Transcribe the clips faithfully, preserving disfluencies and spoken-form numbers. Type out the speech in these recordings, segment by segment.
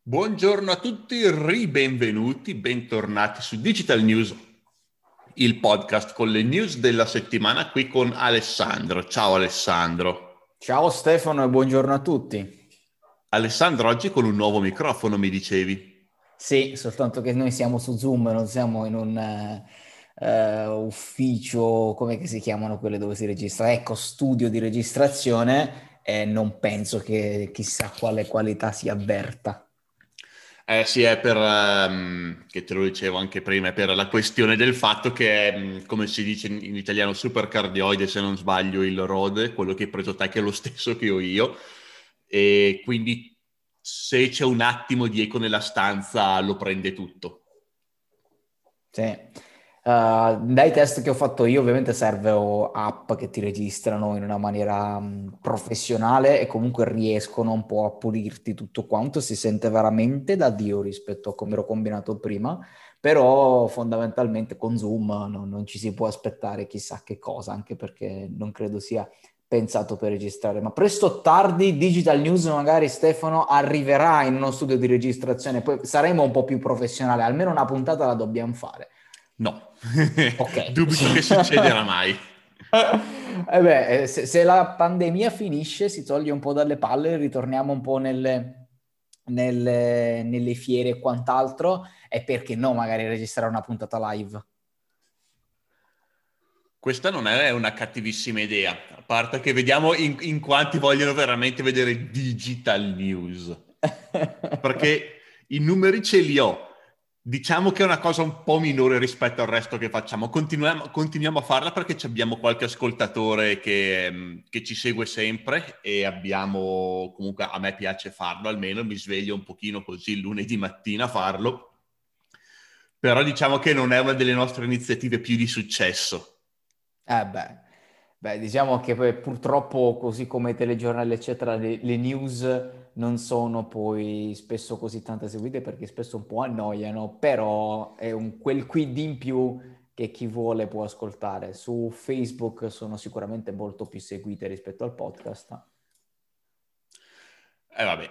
Buongiorno a tutti, ribenvenuti, bentornati su Digital News, il podcast con le news della settimana qui con Alessandro. Ciao Alessandro. Ciao Stefano e buongiorno a tutti. Alessandro, oggi con un nuovo microfono mi dicevi. Sì, soltanto che noi siamo su Zoom, non siamo in un eh, eh, ufficio, come che si chiamano quelle dove si registra? Ecco, studio di registrazione e non penso che chissà quale qualità si avverta. Eh sì, è per, ehm, che te lo dicevo anche prima, è per la questione del fatto che, ehm, come si dice in, in italiano, supercardioide, se non sbaglio, il Rode, quello che hai preso te, che è lo stesso che ho io, e quindi se c'è un attimo di eco nella stanza lo prende tutto. Sì. Uh, dai test che ho fatto io, ovviamente serve o app che ti registrano in una maniera mh, professionale e comunque riescono un po' a pulirti tutto quanto. Si sente veramente da Dio rispetto a come ero combinato prima, però fondamentalmente con Zoom no- non ci si può aspettare chissà che cosa, anche perché non credo sia pensato per registrare. Ma presto o tardi Digital News, magari Stefano, arriverà in uno studio di registrazione, poi saremo un po' più professionali, almeno una puntata la dobbiamo fare. No, Ok. dubito che succederà mai. Eh beh, eh, se, se la pandemia finisce, si toglie un po' dalle palle, ritorniamo un po' nelle, nelle, nelle fiere e quant'altro, e perché no, magari registrare una puntata live. Questa non è una cattivissima idea, a parte che vediamo in, in quanti vogliono veramente vedere digital news, perché i numeri ce li ho. Diciamo che è una cosa un po' minore rispetto al resto che facciamo. Continuiamo, continuiamo a farla perché ci abbiamo qualche ascoltatore che, mm, che ci segue sempre e abbiamo, comunque a me piace farlo, almeno mi sveglio un pochino così il lunedì mattina a farlo. Però diciamo che non è una delle nostre iniziative più di successo. Eh beh, beh, diciamo che poi purtroppo, così come i telegiornali, eccetera, le, le news non sono poi spesso così tanto seguite perché spesso un po' annoiano, però è un quel quid in più che chi vuole può ascoltare. Su Facebook sono sicuramente molto più seguite rispetto al podcast. E eh, vabbè,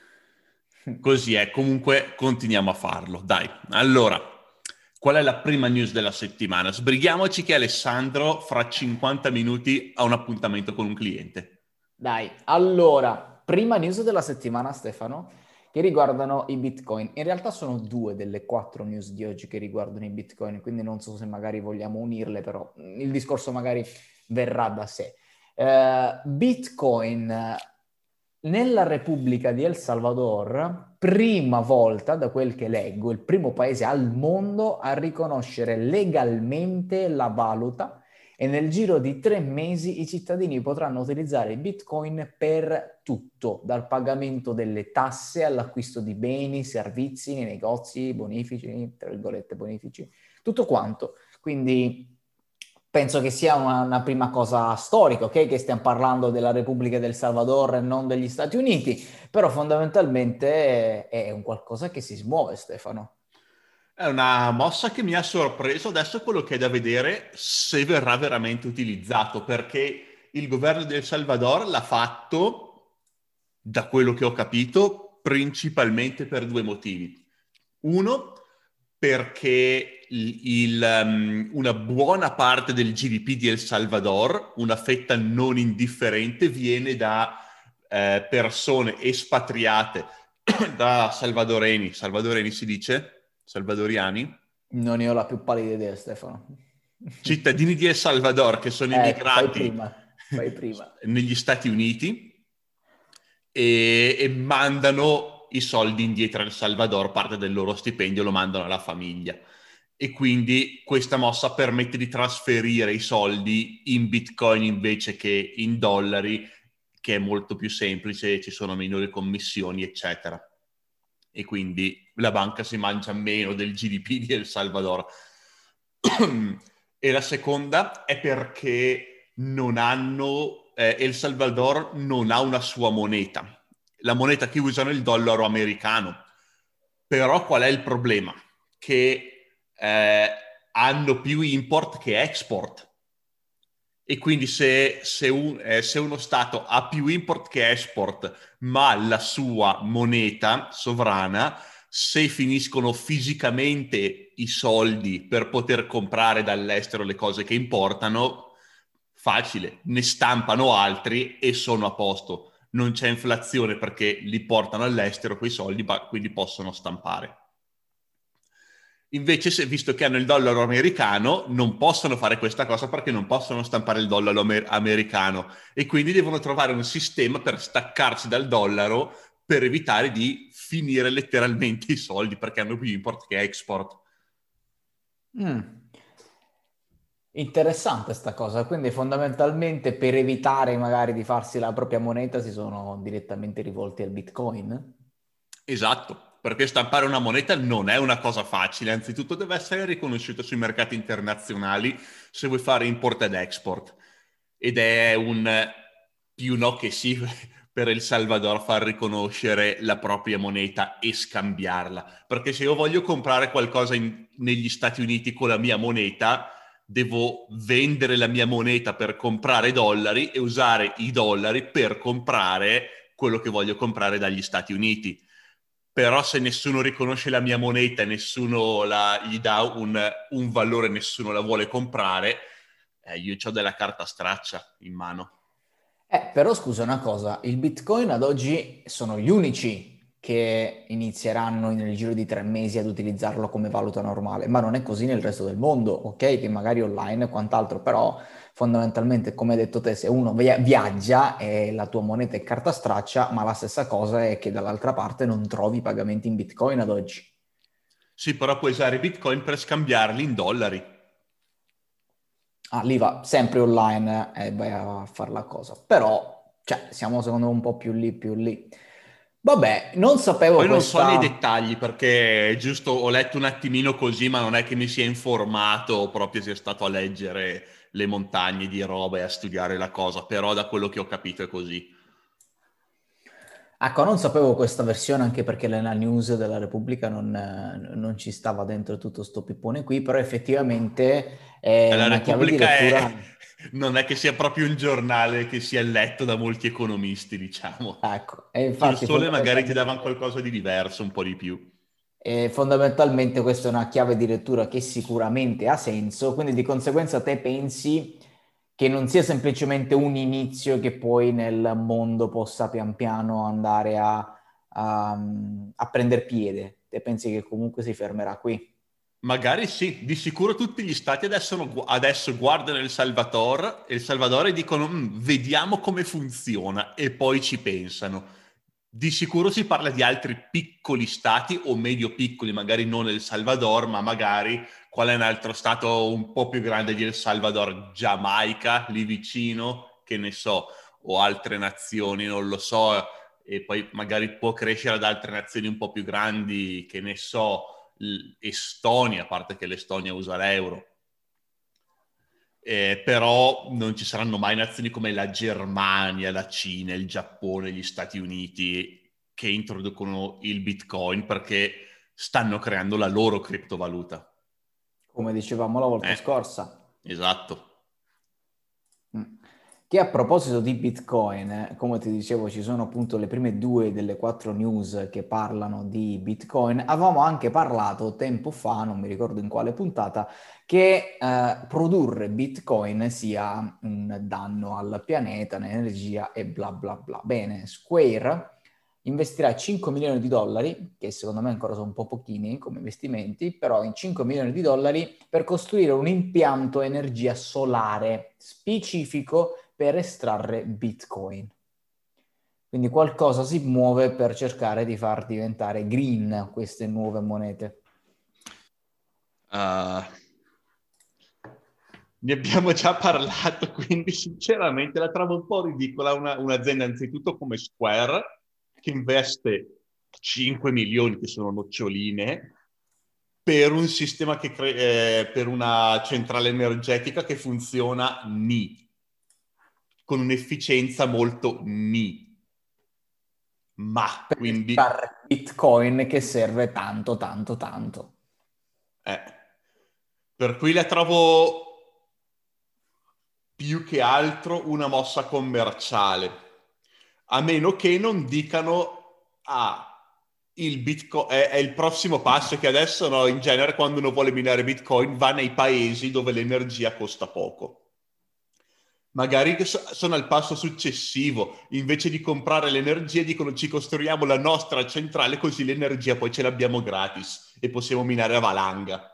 così è. Comunque continuiamo a farlo. Dai, allora, qual è la prima news della settimana? Sbrighiamoci che Alessandro fra cinquanta minuti ha un appuntamento con un cliente. Dai, allora, prima news della settimana, Stefano, che riguardano i Bitcoin. In realtà sono due delle quattro news di oggi che riguardano i Bitcoin, quindi non so se magari vogliamo unirle, però il discorso magari verrà da sé. Eh, Bitcoin eh, nella Repubblica di El Salvador, prima volta, da quel che leggo, il primo paese al mondo a riconoscere legalmente la valuta e nel giro di tre mesi i cittadini potranno utilizzare i Bitcoin per tutto, dal pagamento delle tasse all'acquisto di beni, servizi nei negozi, bonifici, tra virgolette bonifici, tutto quanto. Quindi penso che sia una, una prima cosa storica, ok? Che stiamo parlando della Repubblica del Salvador e non degli Stati Uniti, però fondamentalmente è un qualcosa che si smuove, Stefano. È una mossa che mi ha sorpreso. Adesso quello che è da vedere se verrà veramente utilizzato, perché il governo del Salvador l'ha fatto, da quello che ho capito, principalmente per due motivi. Uno, perché il- il, um, una buona parte del G D P di El Salvador, una fetta non indifferente, viene da eh, persone espatriate da salvadoreni. Salvadoreni si dice? Salvadoriani? Non ne ho la più pallida idea, Stefano. Cittadini di El Salvador che sono Ecco, fai immigrati prima, fai prima. negli Stati Uniti e, e mandano i soldi indietro a El Salvador, parte del loro stipendio lo mandano alla famiglia. E quindi questa mossa permette di trasferire i soldi in Bitcoin invece che in dollari, che è molto più semplice, ci sono minori commissioni, eccetera. E quindi la banca si mangia meno del G D P di El Salvador. E la seconda è perché non hanno, eh, El Salvador non ha una sua moneta. La moneta che usano è il dollaro americano. Però qual è il problema? Che eh, hanno più import che export. E quindi se, se, un- eh, se uno Stato ha più import che export, ma la sua moneta sovrana, se finiscono fisicamente i soldi per poter comprare dall'estero le cose che importano, facile, ne stampano altri e sono a posto. Non c'è inflazione perché li portano all'estero quei soldi, ma quindi possono stampare. Invece, se, visto che hanno il dollaro americano, non possono fare questa cosa perché non possono stampare il dollaro amer- americano e quindi devono trovare un sistema per staccarsi dal dollaro per evitare di finire letteralmente i soldi perché hanno più import che export. Mm. Interessante sta cosa, quindi fondamentalmente per evitare magari di farsi la propria moneta si sono direttamente rivolti al Bitcoin. Esatto, perché stampare una moneta non è una cosa facile, anzitutto deve essere riconosciuta sui mercati internazionali se vuoi fare import ed export. Ed è un più no che sì per El Salvador far riconoscere la propria moneta e scambiarla. Perché se io voglio comprare qualcosa in- negli Stati Uniti con la mia moneta, devo vendere la mia moneta per comprare dollari e usare i dollari per comprare quello che voglio comprare dagli Stati Uniti. Però se nessuno riconosce la mia moneta e nessuno la- gli dà un, un valore, nessuno la vuole comprare, eh, io ho della carta straccia in mano. Eh, però scusa una cosa, il Bitcoin ad oggi sono gli unici che inizieranno nel giro di tre mesi ad utilizzarlo come valuta normale, ma non è così nel resto del mondo, ok? Che magari online e quant'altro, però fondamentalmente, come hai detto te, se uno via- viaggia e la tua moneta è carta straccia, ma la stessa cosa è che dall'altra parte non trovi pagamenti in Bitcoin ad oggi. Sì, però puoi usare Bitcoin per scambiarli in dollari. Ah, lì va sempre online eh, e vai a fare la cosa. Però, cioè, siamo secondo me un po' più lì, più lì. Vabbè, non sapevo Poi non so nei questa... dettagli perché giusto ho letto un attimino così, ma non è che mi sia informato o proprio sia stato a leggere le montagne di roba e a studiare la cosa, però da quello che ho capito è così. Ecco, non sapevo questa versione anche perché nella news della Repubblica non, eh, non ci stava dentro tutto sto pippone qui, però effettivamente è E la una chiave di Repubblica è... lettura. non è che sia proprio un giornale che sia letto da molti economisti, diciamo. Ecco, e Sul infatti Sole magari ti davano fondamentalmente... qualcosa di diverso, un po' di più. E fondamentalmente questa è una chiave di lettura che sicuramente ha senso, quindi di conseguenza te pensi che non sia semplicemente un inizio che poi nel mondo possa pian piano andare a, a, a prendere piede, te pensi che comunque si fermerà qui? Magari sì, di sicuro tutti gli stati adesso, adesso guardano El Salvador, El Salvador e dicono "Mm, vediamo come funziona e poi ci pensano. Di sicuro si parla di altri piccoli stati o medio piccoli, magari non El Salvador, ma magari qual è un altro stato un po' più grande di El Salvador, Giamaica, lì vicino, che ne so, o altre nazioni, non lo so, e poi magari può crescere ad altre nazioni un po' più grandi, che ne so Estonia, a parte che l'Estonia usa l'euro, eh, però non ci saranno mai nazioni come la Germania, la Cina, il Giappone, gli Stati Uniti che introducono il Bitcoin perché stanno creando la loro criptovaluta. Come dicevamo la volta Eh, scorsa. esatto. Mm. Che a proposito di Bitcoin, eh, come ti dicevo, ci sono appunto le prime due delle quattro news che parlano di Bitcoin. Avevamo anche parlato tempo fa, non mi ricordo in quale puntata, che eh, produrre Bitcoin sia un danno al pianeta, all'energia e bla bla bla. Bene, Square investirà cinque milioni di dollari, che secondo me ancora sono un po' pochini come investimenti, però in cinque milioni di dollari per costruire un impianto energia solare specifico per estrarre Bitcoin. Quindi qualcosa si muove per cercare di far diventare green queste nuove monete. Uh, ne abbiamo già parlato, quindi sinceramente la trovo un po' ridicola una, un'azienda anzitutto come Square che investe cinque milioni, che sono noccioline, per un sistema che cre- eh, per una centrale energetica che funziona ni, con un'efficienza molto ni. Ma Per quindi estrarre Bitcoin che serve tanto, tanto, tanto. eh, per cui la trovo più che altro una mossa commerciale, a meno che non dicano ah, il Bitcoin è, è il prossimo passo, che adesso no, in genere quando uno vuole minare Bitcoin va nei paesi dove l'energia costa poco. Magari sono al passo successivo, invece di comprare l'energia dicono ci costruiamo la nostra centrale così l'energia poi ce l'abbiamo gratis e possiamo minare a valanga.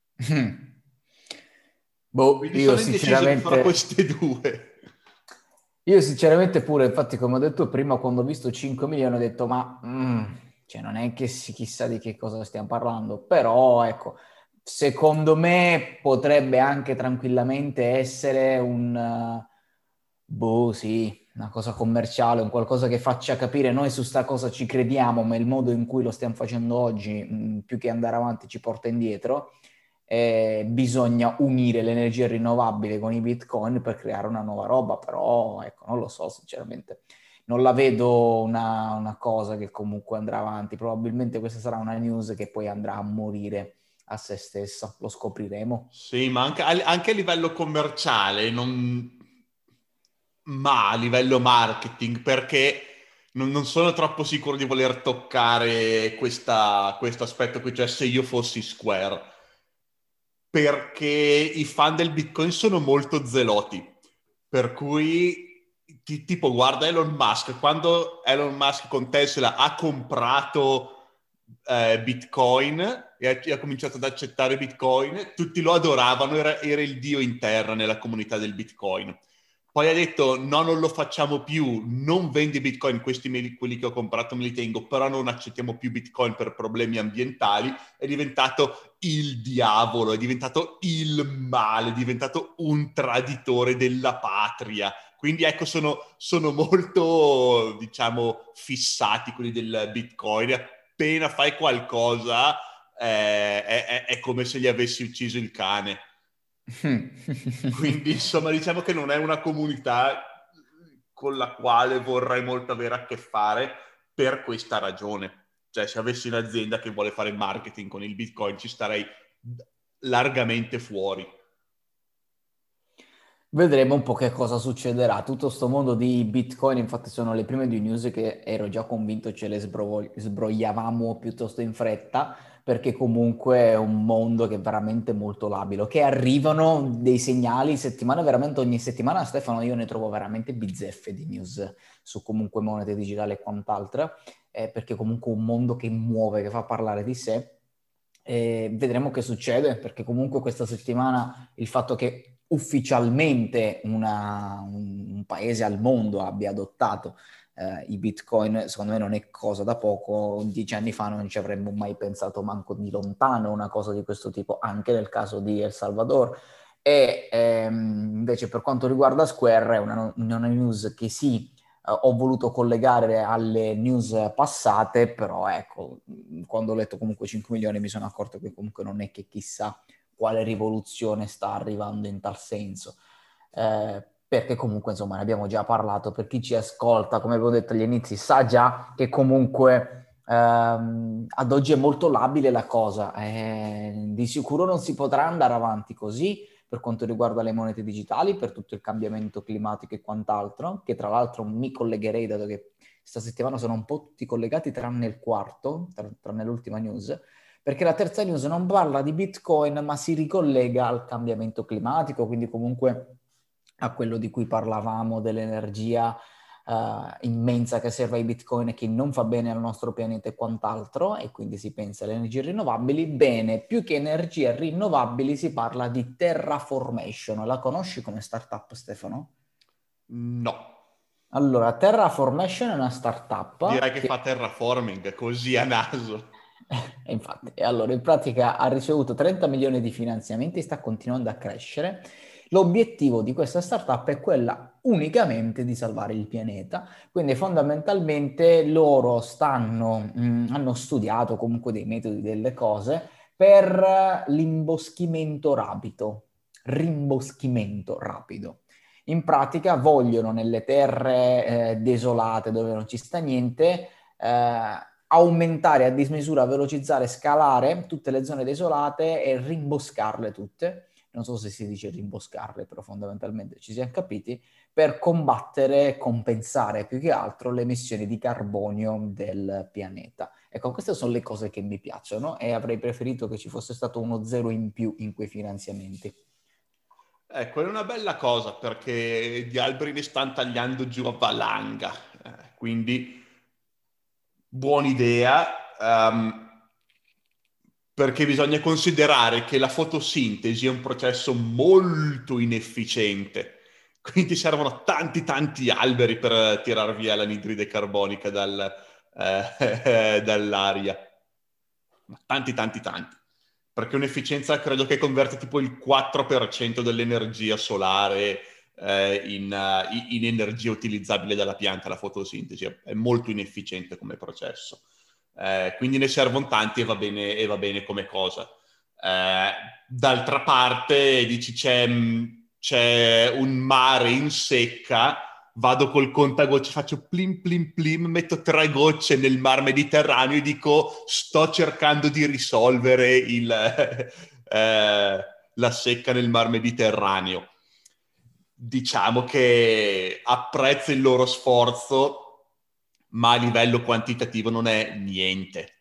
Boh, Quindi io sono indeciso fra sinceramente... queste due. Io sinceramente pure, infatti come ho detto prima, quando ho visto cinque milioni ho detto ma mm, cioè non è che si chissà di che cosa stiamo parlando, però ecco, secondo me potrebbe anche tranquillamente essere un, uh, boh sì, una cosa commerciale, un qualcosa che faccia capire noi su sta cosa ci crediamo, ma il modo in cui lo stiamo facendo oggi, mm, più che andare avanti, ci porta indietro. Eh, bisogna unire l'energia rinnovabile con i bitcoin per creare una nuova roba, però ecco, non lo so sinceramente. Non la vedo una, una cosa che comunque andrà avanti. Probabilmente questa sarà una news che poi andrà a morire a se stessa, lo scopriremo. Sì, ma anche a, anche a livello commerciale, non... ma a livello marketing, perché non, non sono troppo sicuro di voler toccare questa, questo aspetto qui, cioè se io fossi Square, perché i fan del Bitcoin sono molto zeloti, per cui ti, tipo guarda Elon Musk, quando Elon Musk con Tesla ha comprato eh, Bitcoin e ha, ha cominciato ad accettare Bitcoin, tutti lo adoravano, era, era il dio in terra nella comunità del Bitcoin. Poi ha detto no, non lo facciamo più, non vendi Bitcoin, questi me li, quelli che ho comprato me li tengo, però non accettiamo più Bitcoin per problemi ambientali. È diventato il diavolo, è diventato il male, è diventato un traditore della patria. Quindi ecco, sono, sono molto, diciamo, fissati quelli del Bitcoin. Appena fai qualcosa eh, è, è, è come se gli avessi ucciso il cane. Quindi insomma diciamo che non è una comunità con la quale vorrei molto avere a che fare per questa ragione. Cioè se avessi un'azienda che vuole fare marketing con il Bitcoin ci starei largamente fuori. Vedremo un po' che cosa succederà. Tutto sto mondo di Bitcoin, infatti, sono le prime due news che ero già convinto ce le sbro- sbrogliavamo piuttosto in fretta, perché comunque è un mondo che è veramente molto labile, che arrivano dei segnali settimana, veramente ogni settimana, Stefano, io ne trovo veramente bizzeffe di news su comunque monete digitali e quant'altro, eh, perché comunque è un mondo che muove, che fa parlare di sé. E vedremo che succede, perché comunque questa settimana il fatto che ufficialmente una, un, un paese al mondo abbia adottato eh, i bitcoin, secondo me non è cosa da poco. Dieci anni fa non ci avremmo mai pensato manco di lontano una cosa di questo tipo, anche nel caso di El Salvador. E ehm, invece per quanto riguarda Square è una, una news che sì, Uh, ho voluto collegare alle news passate, però ecco, quando ho letto comunque cinque milioni mi sono accorto che comunque non è che chissà quale rivoluzione sta arrivando in tal senso, eh, perché comunque insomma ne abbiamo già parlato, per chi ci ascolta, come avevo detto agli inizi, sa già che comunque ehm, ad oggi è molto labile la cosa, eh, di sicuro non si potrà andare avanti così per quanto riguarda le monete digitali, per tutto il cambiamento climatico e quant'altro, che tra l'altro mi collegherei, dato che questa settimana sono un po' tutti collegati tranne il quarto, tranne l'ultima news, perché la terza news non parla di Bitcoin, ma si ricollega al cambiamento climatico, quindi comunque a quello di cui parlavamo dell'energia uh, immensa che serve ai Bitcoin e che non fa bene al nostro pianeta e quant'altro, e quindi si pensa alle energie rinnovabili. Bene, più che energie rinnovabili si parla di terraformation. La conosci come startup, Stefano? No, Allora, Terraformation è una startup direi che fa che terraforming così a naso. E infatti, e allora in pratica ha ricevuto trenta milioni di finanziamenti e sta continuando a crescere. L'obiettivo di questa startup è quella unicamente di salvare il pianeta, quindi fondamentalmente loro stanno, mh, hanno studiato comunque dei metodi, delle cose per l'imboschimento rapido, rimboschimento rapido. In pratica vogliono nelle terre eh, desolate dove non ci sta niente eh, aumentare a dismisura, velocizzare, scalare tutte le zone desolate e rimboscarle tutte, non so se si dice rimboscarle, però fondamentalmente ci siamo capiti, per combattere, compensare più che altro le emissioni di carbonio del pianeta. Ecco, queste sono le cose che mi piacciono e avrei preferito che ci fosse stato uno zero in più in quei finanziamenti. Ecco, è una bella cosa perché gli alberi ne stanno tagliando giù a valanga, eh, quindi buona idea, um, perché bisogna considerare che la fotosintesi è un processo molto inefficiente, quindi servono tanti tanti alberi per tirar via l'anidride carbonica dal, eh, dall'aria, ma tanti tanti tanti. Perché un'efficienza credo che converte tipo il quattro per cento dell'energia solare eh, in, uh, in energia utilizzabile dalla pianta, la fotosintesi. È molto inefficiente come processo. Eh, quindi ne servono tanti e va bene, e va bene come cosa. Eh, d'altra parte, dici, c'è, c'è un mare in secca, vado col contagocce, faccio plim plim plim, metto tre gocce nel mar Mediterraneo e dico sto cercando di risolvere il, eh, la secca nel mar Mediterraneo. Diciamo che apprezzo il loro sforzo, ma a livello quantitativo non è niente.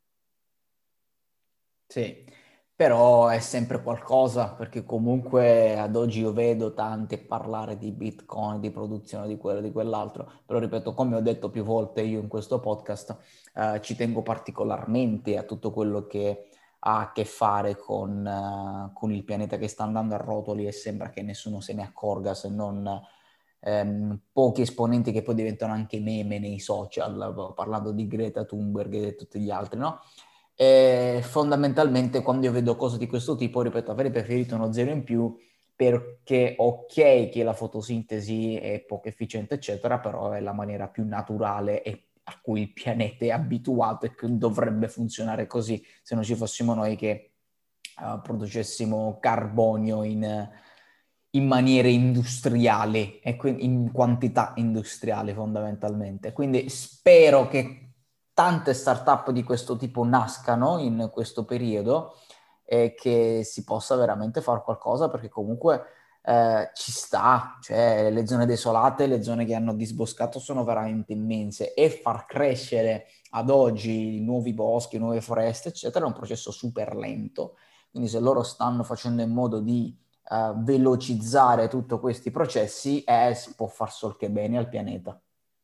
Sì, però è sempre qualcosa, perché comunque ad oggi io vedo tanti parlare di Bitcoin, di produzione di quello e di quell'altro, però ripeto, come ho detto più volte io in questo podcast, eh, ci tengo particolarmente a tutto quello che ha a che fare con, uh, con il pianeta che sta andando a rotoli e sembra che nessuno se ne accorga se non ehm, pochi esponenti che poi diventano anche meme nei social, parlando di Greta Thunberg e tutti gli altri, no? E fondamentalmente quando io vedo cose di questo tipo, ripeto, avrei preferito uno zero in più perché ok che la fotosintesi è poco efficiente eccetera, però è la maniera più naturale e a cui il pianeta è abituato e che dovrebbe funzionare così se non ci fossimo noi che uh, producessimo carbonio in, in maniera industriale e in quantità industriale fondamentalmente. Quindi spero che tante startup di questo tipo nascano in questo periodo e che si possa veramente fare qualcosa perché comunque eh, ci sta, cioè le zone desolate, le zone che hanno disboscato sono veramente immense e far crescere ad oggi nuovi boschi, nuove foreste, eccetera, è un processo super lento. Quindi se loro stanno facendo in modo di uh, velocizzare tutti questi processi, eh, si può far sol che bene al pianeta.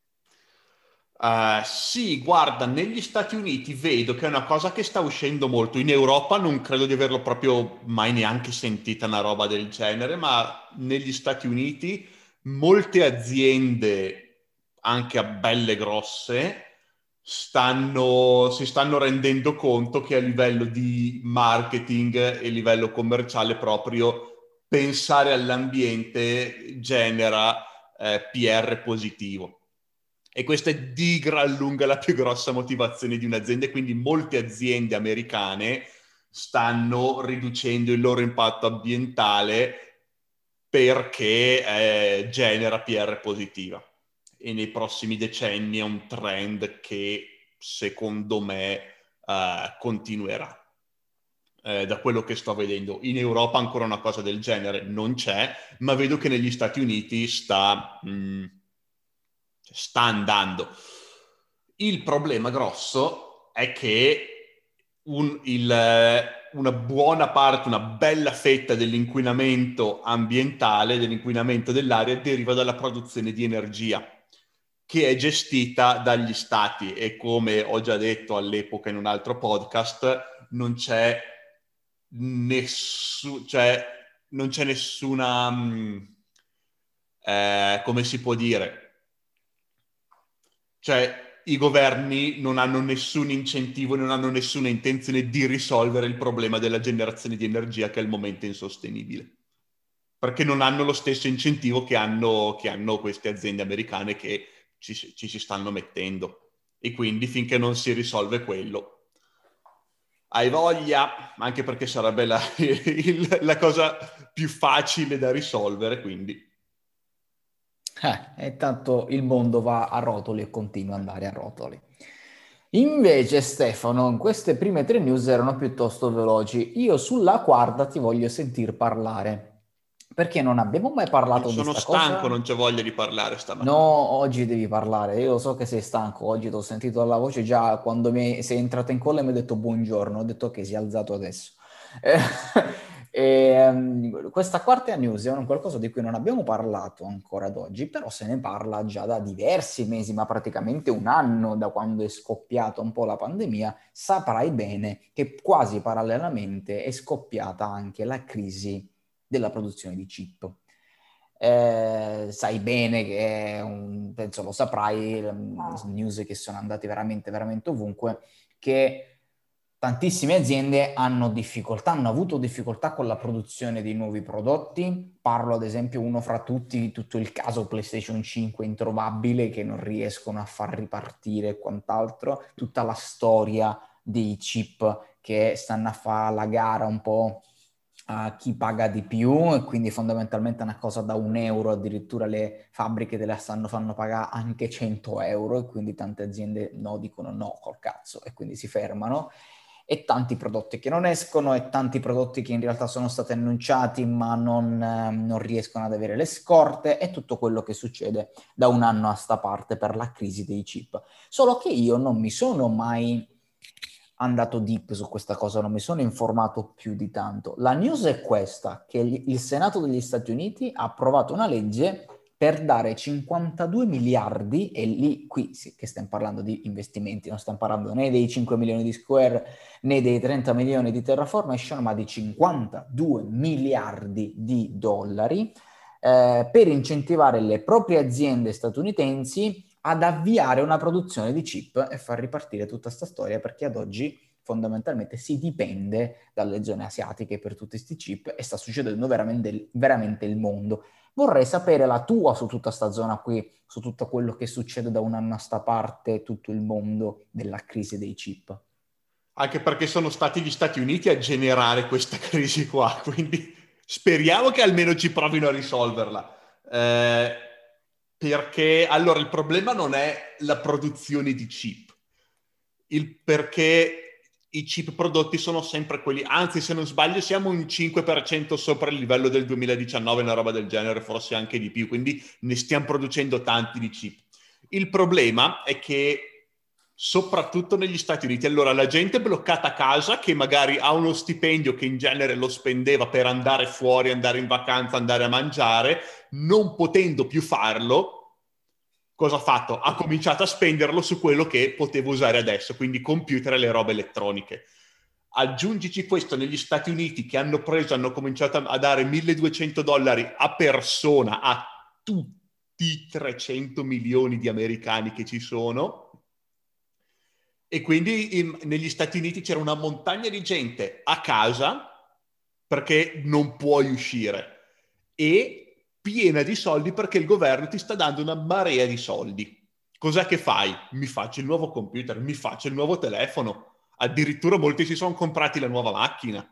Uh, sì, guarda, negli Stati Uniti vedo che è una cosa che sta uscendo molto. In Europa non credo di averlo proprio mai neanche sentita una roba del genere, ma negli Stati Uniti molte aziende, anche a belle grosse, stanno, si stanno rendendo conto che a livello di marketing e livello commerciale proprio pensare all'ambiente genera eh, P R positivo. E questa è di gran lunga la più grossa motivazione di un'azienda, e quindi molte aziende americane stanno riducendo il loro impatto ambientale perché eh, genera P R positiva. E nei prossimi decenni è un trend che secondo me eh, continuerà. Eh, da quello che sto vedendo. In Europa ancora una cosa del genere non c'è, ma vedo che negli Stati Uniti sta... Mh, sta andando. Il problema grosso è che un, il, una buona parte, una bella fetta dell'inquinamento ambientale, dell'inquinamento dell'aria, deriva dalla produzione di energia, che è gestita dagli stati e come ho già detto all'epoca in un altro podcast, non c'è, nessu, cioè, non c'è nessuna... Mh, eh, come si può dire? Cioè, i governi non hanno nessun incentivo, non hanno nessuna intenzione di risolvere il problema della generazione di energia che al momento è insostenibile. Perché non hanno lo stesso incentivo che hanno, che hanno queste aziende americane che ci, ci si stanno mettendo. E quindi finché non si risolve quello, hai voglia, anche perché sarebbe la, il, la cosa più facile da risolvere, quindi... Eh, e tanto il mondo va a rotoli e continua ad andare a rotoli. Invece, Stefano, queste prime tre news erano piuttosto veloci. Io sulla quarta ti voglio sentir parlare, perché non abbiamo mai Non parlato di sono sta stanco, cosa. non c'ho voglia di parlare No, stamattina. oggi devi parlare. Io so che sei stanco. Oggi ti ho sentito la voce già quando mi sei entrato in call e mi hai detto buongiorno. Ho detto che si è alzato adesso. Eh, e, um, questa quarta news è un qualcosa di cui non abbiamo parlato ancora ad oggi, però se ne parla già da diversi mesi, ma praticamente un anno da quando è scoppiata un po' la pandemia. Saprai bene che quasi parallelamente è scoppiata anche la crisi della produzione di chip. Eh, sai bene che, è un, penso lo saprai, um, news che sono andate veramente, veramente ovunque, che tantissime aziende hanno difficoltà, hanno avuto difficoltà con la produzione di nuovi prodotti. Parlo ad esempio uno fra tutti, tutto il caso PlayStation cinque introvabile che non riescono a far ripartire e quant'altro, tutta la storia dei chip che stanno a fare la gara un po' a chi paga di più e quindi fondamentalmente è una cosa da un euro, addirittura le fabbriche te la stanno fanno pagare anche cento euro e quindi tante aziende no, dicono no col cazzo e quindi si fermano e tanti prodotti che non escono e tanti prodotti che in realtà sono stati annunciati ma non, eh, non riescono ad avere le scorte e tutto quello che succede da un anno a sta parte per la crisi dei chip. Solo che io non mi sono mai andato deep su questa cosa, non mi sono informato più di tanto. La news è questa, che il Senato degli Stati Uniti ha approvato una legge per dare cinquantadue miliardi, e lì, qui sì, che stiamo parlando di investimenti, non stiamo parlando né dei cinque milioni di Square né dei trenta milioni di Terraformation, ma di cinquantadue miliardi di dollari eh, per incentivare le proprie aziende statunitensi ad avviare una produzione di chip e far ripartire tutta questa storia, perché ad oggi fondamentalmente si dipende dalle zone asiatiche per tutti questi chip e sta succedendo veramente, veramente il mondo. Vorrei sapere la tua su tutta questa zona qui, su tutto quello che succede da un anno a sta parte, tutto il mondo della crisi dei chip. Anche perché sono stati gli Stati Uniti a generare questa crisi qua, quindi speriamo che almeno ci provino a risolverla. Eh, perché allora il problema non è la produzione di chip, il perché i chip prodotti sono sempre quelli, anzi se non sbaglio siamo un cinque per cento sopra il livello del duemiladiciannove, una roba del genere, forse anche di più, quindi ne stiamo producendo tanti di chip. Il problema è che soprattutto negli Stati Uniti, allora la gente è bloccata a casa che magari ha uno stipendio che in genere lo spendeva per andare fuori, andare in vacanza, andare a mangiare, non potendo più farlo, cosa ha fatto? Ha cominciato a spenderlo su quello che potevo usare adesso, quindi computer e le robe elettroniche. Aggiungici questo negli Stati Uniti che hanno preso, hanno cominciato a dare milleduecento dollari a persona a tutti i trecento milioni di americani che ci sono. E quindi in, negli Stati Uniti c'era una montagna di gente a casa perché non puoi uscire e piena di soldi perché il governo ti sta dando una marea di soldi. Cos'è che fai? Mi faccio il nuovo computer, mi faccio il nuovo telefono. Addirittura molti si sono comprati la nuova macchina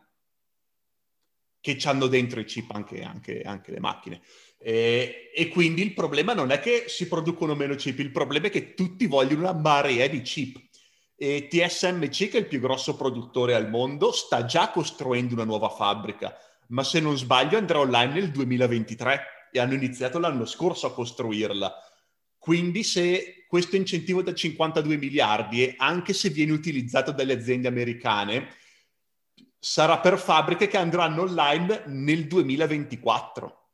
che hanno dentro i chip anche, anche, anche le macchine. E, e quindi il problema non è che si producono meno chip, il problema è che tutti vogliono una marea di chip. E T S M C, che è il più grosso produttore al mondo, sta già costruendo una nuova fabbrica, ma se non sbaglio andrà online nel duemilaventitré e hanno iniziato l'anno scorso a costruirla. Quindi se questo incentivo da cinquantadue miliardi, e anche se viene utilizzato dalle aziende americane, sarà per fabbriche che andranno online nel duemilaventiquattro,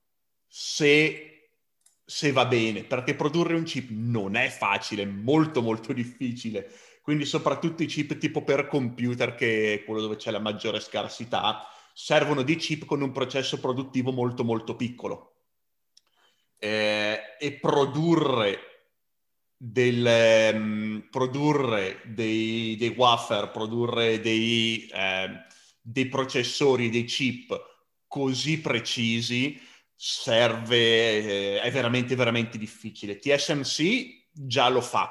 se, se va bene, perché produrre un chip non è facile, è molto molto difficile. Quindi soprattutto i chip tipo per computer, che è quello dove c'è la maggiore scarsità, servono di chip con un processo produttivo molto molto piccolo. Eh, e produrre del um, produrre dei, dei wafer, produrre dei, eh, dei processori, dei chip così precisi serve, eh, è veramente veramente difficile. T S M C già lo fa,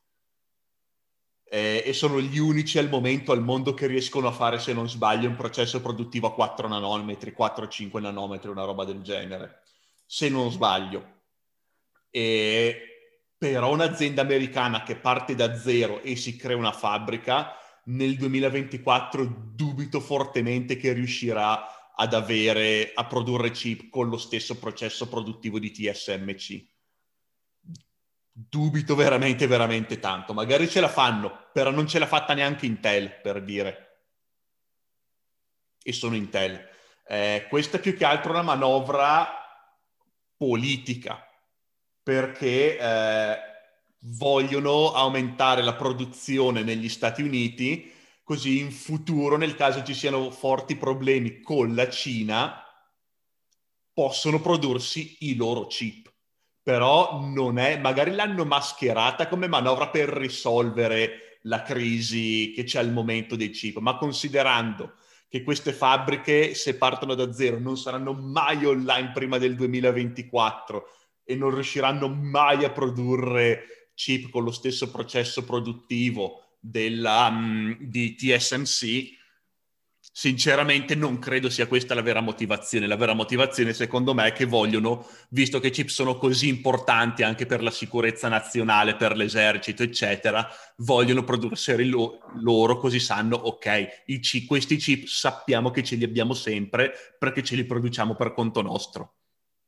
eh, e sono gli unici al momento al mondo che riescono a fare, se non sbaglio, un processo produttivo a quattro nanometri, quattro cinque nanometri, una roba del genere, se non sbaglio. E però un'azienda americana che parte da zero e si crea una fabbrica, nel duemilaventiquattro dubito fortemente che riuscirà ad avere, a produrre chip con lo stesso processo produttivo di T S M C. Dubito veramente, veramente tanto. Magari ce la fanno, però non ce l'ha fatta neanche Intel, per dire. E sono Intel. Eh, questa è più che altro una manovra politica, perché eh, vogliono aumentare la produzione negli Stati Uniti, così in futuro, nel caso ci siano forti problemi con la Cina, possono prodursi i loro chip. Però non è, magari l'hanno mascherata come manovra per risolvere la crisi che c'è al momento dei chip, ma considerando che queste fabbriche, se partono da zero, non saranno mai online prima del duemilaventiquattro e non riusciranno mai a produrre chip con lo stesso processo produttivo della, um, di T S M C, sinceramente non credo sia questa la vera motivazione. La vera motivazione, secondo me, è che vogliono, visto che i chip sono così importanti anche per la sicurezza nazionale, per l'esercito, eccetera, vogliono produrre lo- loro, così sanno, ok, i chip, questi chip sappiamo che ce li abbiamo sempre perché ce li produciamo per conto nostro.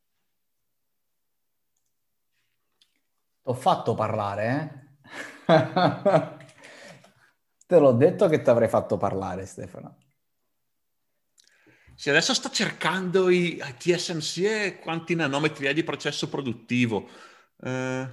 T'ho fatto parlare, eh? Te l'ho detto che ti avrei fatto parlare, Stefano. Sì, adesso sto cercando i, i T S M C e quanti nanometri è di processo produttivo. Eh...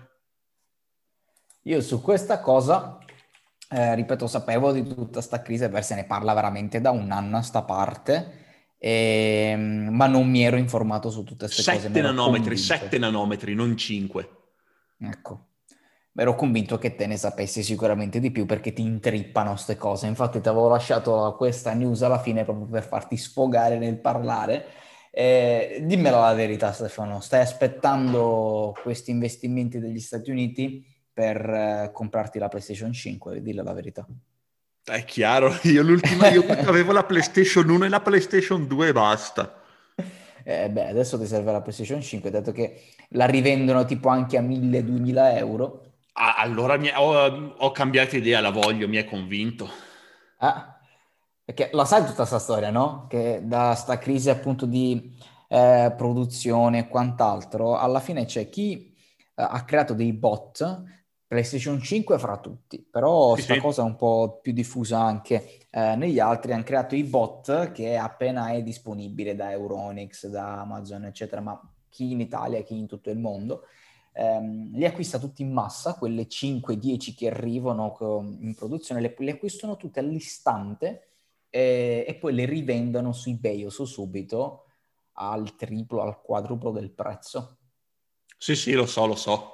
Io su questa cosa, eh, ripeto, sapevo di tutta sta crisi, perché se ne parla veramente da un anno a sta parte, e, ma non mi ero informato su tutte queste cose, mi sette ero nanometri, sette convinto. nanometri, non cinque. Ecco, mi ero convinto che te ne sapessi sicuramente di più perché ti intrippano queste cose. Infatti ti avevo lasciato questa news alla fine proprio per farti sfogare nel parlare. Eh, dimmela la verità, Stefano, stai aspettando questi investimenti degli Stati Uniti per eh, comprarti la PlayStation cinque? Dilla la verità. È chiaro, io l'ultima io avevo la PlayStation uno e la PlayStation due e basta. Eh, beh, adesso ti serve la PlayStation cinque, dato che la rivendono tipo anche a mille-duemila euro. Ah, allora mi- ho, ho cambiato idea, la voglio, mi è convinto. Ah, perché la sai tutta questa storia, no? Che da sta crisi appunto di eh, produzione e quant'altro, alla fine c'è chi eh, ha creato dei bot, PlayStation cinque fra tutti, però Sì, sta sì. cosa è un po' più diffusa anche eh, negli altri, hanno creato i bot che appena è disponibile da Euronics, da Amazon, eccetera, ma chi in Italia, chi in tutto il mondo, ehm, li acquista tutti in massa, quelle cinque dieci che arrivano co- in produzione, le, le acquistano tutte all'istante e, e poi le rivendono su eBay o su Subito al triplo, al quadruplo del prezzo. Sì, sì, lo so, lo so.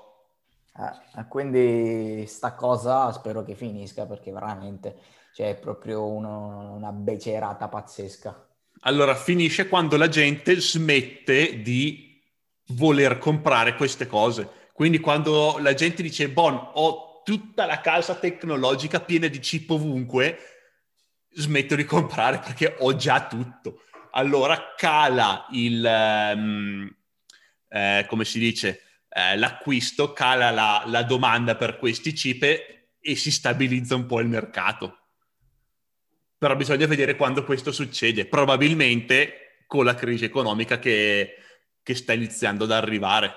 Eh, quindi sta cosa spero che finisca perché veramente c'è proprio uno- una becerata pazzesca. Allora, finisce quando la gente smette di voler comprare queste cose. Quindi quando la gente dice, bon, ho tutta la casa tecnologica piena di chip ovunque, smetto di comprare perché ho già tutto. Allora cala il, ehm, eh, come si dice, eh, l'acquisto, cala la, la domanda per questi chip e, e si stabilizza un po' il mercato. Però bisogna vedere quando questo succede, probabilmente con la crisi economica che, che sta iniziando ad arrivare.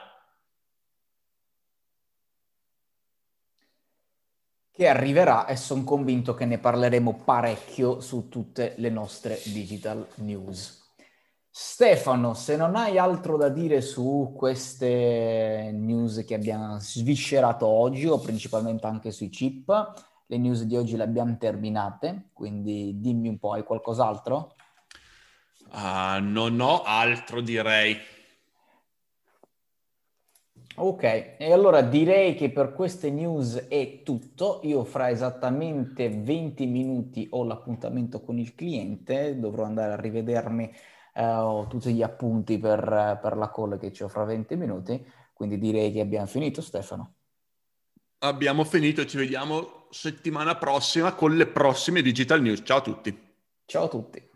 Che arriverà e sono convinto che ne parleremo parecchio su tutte le nostre digital news. Stefano, se non hai altro da dire su queste news che abbiamo sviscerato oggi o principalmente anche sui chip, le news di oggi le abbiamo terminate, quindi dimmi un po', hai qualcos'altro? Uh, non ho altro, direi. Ok, e allora direi che per queste news è tutto. Io fra esattamente venti minuti ho l'appuntamento con il cliente, dovrò andare a rivedermi eh, ho tutti gli appunti per, per la call che ho fra venti minuti, quindi direi che abbiamo finito, Stefano. Abbiamo finito, ci vediamo settimana prossima con le prossime Digital News. Ciao a tutti. Ciao a tutti.